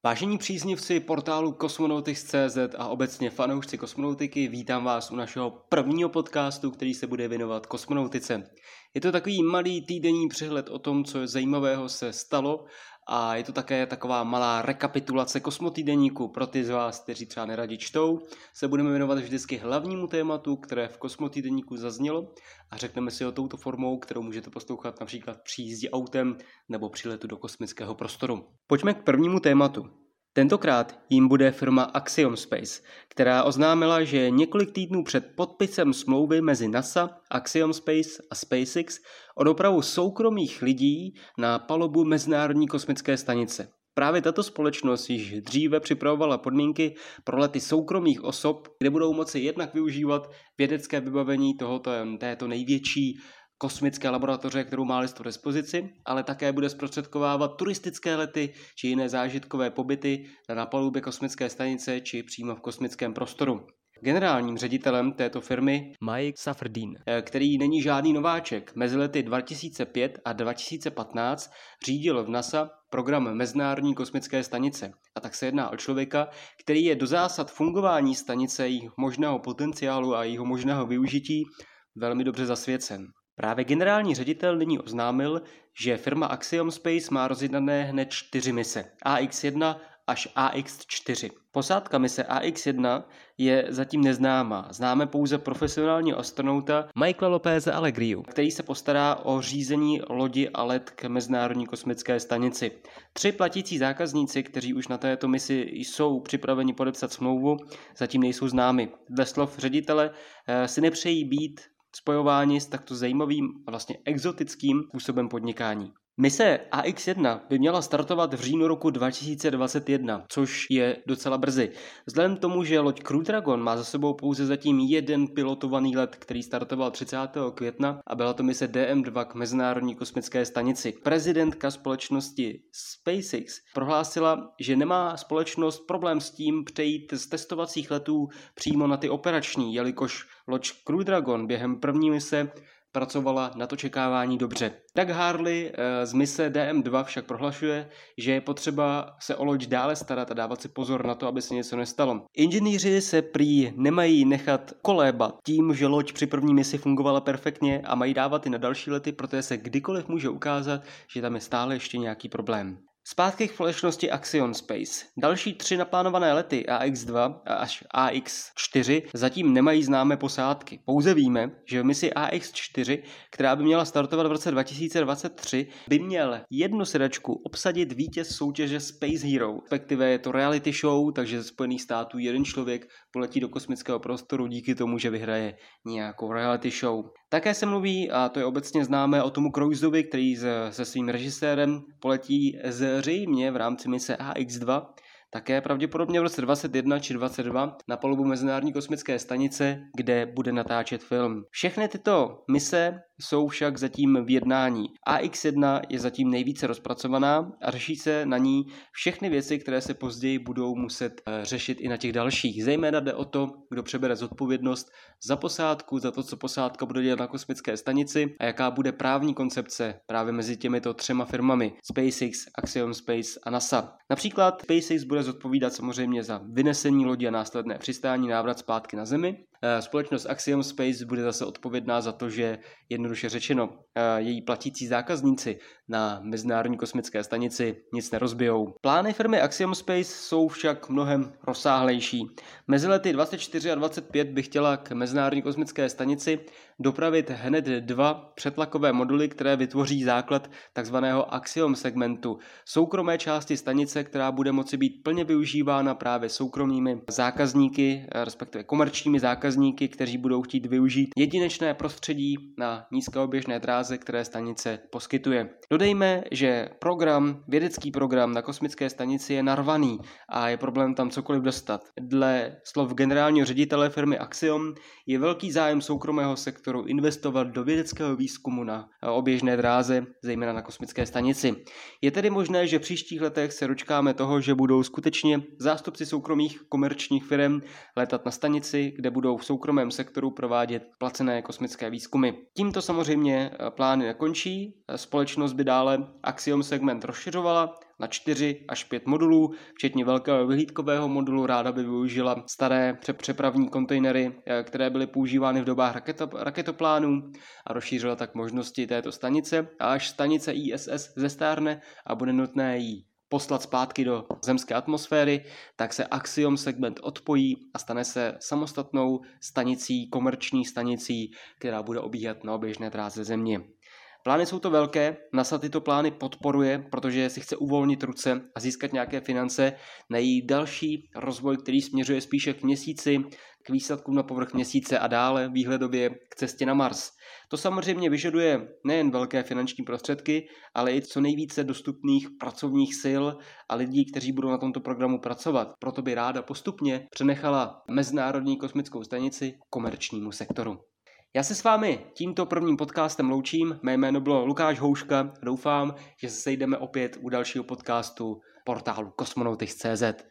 Vážení příznivci portálu Cosmonautics.cz a obecně fanoušci kosmonautiky, vítám vás u našeho prvního podcastu, který se bude věnovat kosmonautice. Je to takový malý týdenní přehled o tom, co zajímavého se stalo a je to také taková malá rekapitulace kosmotýdeníku. Pro ty z vás, kteří třeba neradi čtou, se budeme věnovat vždycky hlavnímu tématu, které v kosmotýdeníku zaznělo a řekneme si ho touto formou, kterou můžete poslouchat například při jízdě autem nebo při letu do kosmického prostoru. Pojďme k prvnímu tématu. Tentokrát jím bude firma Axiom Space, která oznámila, že několik týdnů před podpisem smlouvy mezi NASA, Axiom Space a SpaceX o dopravu soukromých lidí na palubu Mezinárodní kosmické stanice. Právě tato společnost již dříve připravovala podmínky pro lety soukromých osob, kde budou moci jednak využívat vědecké vybavení této největší kosmické laboratoře, kterou má lidstvo k dispozici, ale také bude zprostředkovávat turistické lety či jiné zážitkové pobyty na palubě kosmické stanice či přímo v kosmickém prostoru. Generálním ředitelem této firmy Mike Saferdine, který není žádný nováček, mezi lety 2005 a 2015 řídil v NASA program Mezinárodní kosmické stanice. A tak se jedná o člověka, který je do zásad fungování stanice, jejich možného potenciálu a jeho možného využití velmi dobře zasvěcen. Právě generální ředitel nyní oznámil, že firma Axiom Space má rozjednané hned 4 mise, AX-1 až AX-4. Posádka mise AX-1 je zatím neznámá. Známe pouze profesionálního astronauta Michaela Lopeze Alegriu, který se postará o řízení lodi a let k Mezinárodní kosmické stanici. 3 platící zákazníci, kteří už na této misi jsou připraveni podepsat smlouvu, zatím nejsou známi. Dle slov ředitele si nepřejí být spojováni s takto zajímavým a vlastně exotickým způsobem podnikání. Mise AX-1 by měla startovat v říjnu roku 2021, což je docela brzy. Vzhledem k tomu, že loď Crew Dragon má za sebou pouze zatím jeden pilotovaný let, který startoval 30. května a byla to mise DM-2 k Mezinárodní kosmické stanici. Prezidentka společnosti SpaceX prohlásila, že nemá společnost problém s tím přejít z testovacích letů přímo na ty operační, jelikož loď Crew Dragon během první mise pracovala na to čekávání dobře. Doug Hurley z mise DM-2 však prohlašuje, že je potřeba se o loď dále starat a dávat si pozor na to, aby se něco nestalo. Inženýři se prý nemají nechat kolébat tím, že loď při první misi fungovala perfektně a mají dávat i na další lety, protože se kdykoliv může ukázat, že tam je stále ještě nějaký problém. Zpátky k společnosti Axiom Space. Další 3 naplánované lety AX-2 až AX-4 zatím nemají známé posádky. Pouze víme, že v misi AX-4, která by měla startovat v roce 2023, by měl jednu sedačku obsadit vítěz soutěže Space Hero. Respektive je to reality show, takže ze Spojených států jeden člověk poletí do kosmického prostoru díky tomu, že vyhraje nějakou reality show. Také se mluví, a to je obecně známé, o Tomu Cruiseovi, který se svým režisérem poletí zřejmě v rámci mise AX-2, také pravděpodobně v roce 2021 či 2022 na palubu Mezinárodní kosmické stanice, kde bude natáčet film. Všechny tyto mise jsou však zatím v jednání. AX-1 je zatím nejvíce rozpracovaná a řeší se na ní všechny věci, které se později budou muset řešit i na těch dalších. Zejména jde o to, kdo přebere zodpovědnost za posádku, za to, co posádka bude dělat na kosmické stanici a jaká bude právní koncepce právě mezi těmito 3 firmami SpaceX, Axiom Space a NASA. Například SpaceX bude zodpovídat samozřejmě za vynesení lodi a následné přistání, návrat zpátky na Zemi. Společnost Axiom Space bude zase odpovědná za to, že jednoduše řečeno její platící zákazníci na Mezinárodní kosmické stanici nic nerozbijou. Plány firmy Axiom Space jsou však mnohem rozsáhlejší. Mezi lety 24 a 25 by chtěla k Mezinárodní kosmické stanici dopravit hned 2 přetlakové moduly, které vytvoří základ takzvaného Axiom segmentu, soukromé části stanice, která bude moci být plně využívána právě soukromými zákazníky, respektive komerčními zákazníky, kteří budou chtít využít jedinečné prostředí na nízkooběžné dráze, které stanice poskytuje. Dodejme, že vědecký program na kosmické stanici je narvaný a je problém tam cokoliv dostat. Dle slov generálního ředitele firmy Axiom je velký zájem soukromého sektoru investovat do vědeckého výzkumu na oběžné dráze, zejména na kosmické stanici. Je tedy možné, že v příštích letech se dočkáme toho, že budou skutečně zástupci soukromých komerčních firm letat na stanici, kde budou v soukromém sektoru provádět placené kosmické výzkumy. Tímto samozřejmě plány nekončí. Společnost by dále Axiom segment rozšiřovala, na 4 až 5 modulů, včetně velkého vyhlídkového modulu. Ráda by využila staré přepravní kontejnery, které byly používány v dobách raketoplánů a rozšířila tak možnosti této stanice. A až stanice ISS zestárne a bude nutné ji poslat zpátky do zemské atmosféry, tak se Axiom segment odpojí a stane se samostatnou stanicí, komerční stanicí, která bude obíhat na oběžné dráze Země. Plány jsou to velké, NASA tyto plány podporuje, protože si chce uvolnit ruce a získat nějaké finance na její další rozvoj, který směřuje spíše k Měsíci, k výsadkům na povrch Měsíce a dále výhledově k cestě na Mars. To samozřejmě vyžaduje nejen velké finanční prostředky, ale i co nejvíce dostupných pracovních sil a lidí, kteří budou na tomto programu pracovat. Proto by ráda postupně přenechala Mezinárodní kosmickou stanici komerčnímu sektoru. Já se s vámi tímto prvním podcastem loučím, mé jméno bylo Lukáš Houška, doufám, že se sejdeme opět u dalšího podcastu portálu Kosmonauty.cz.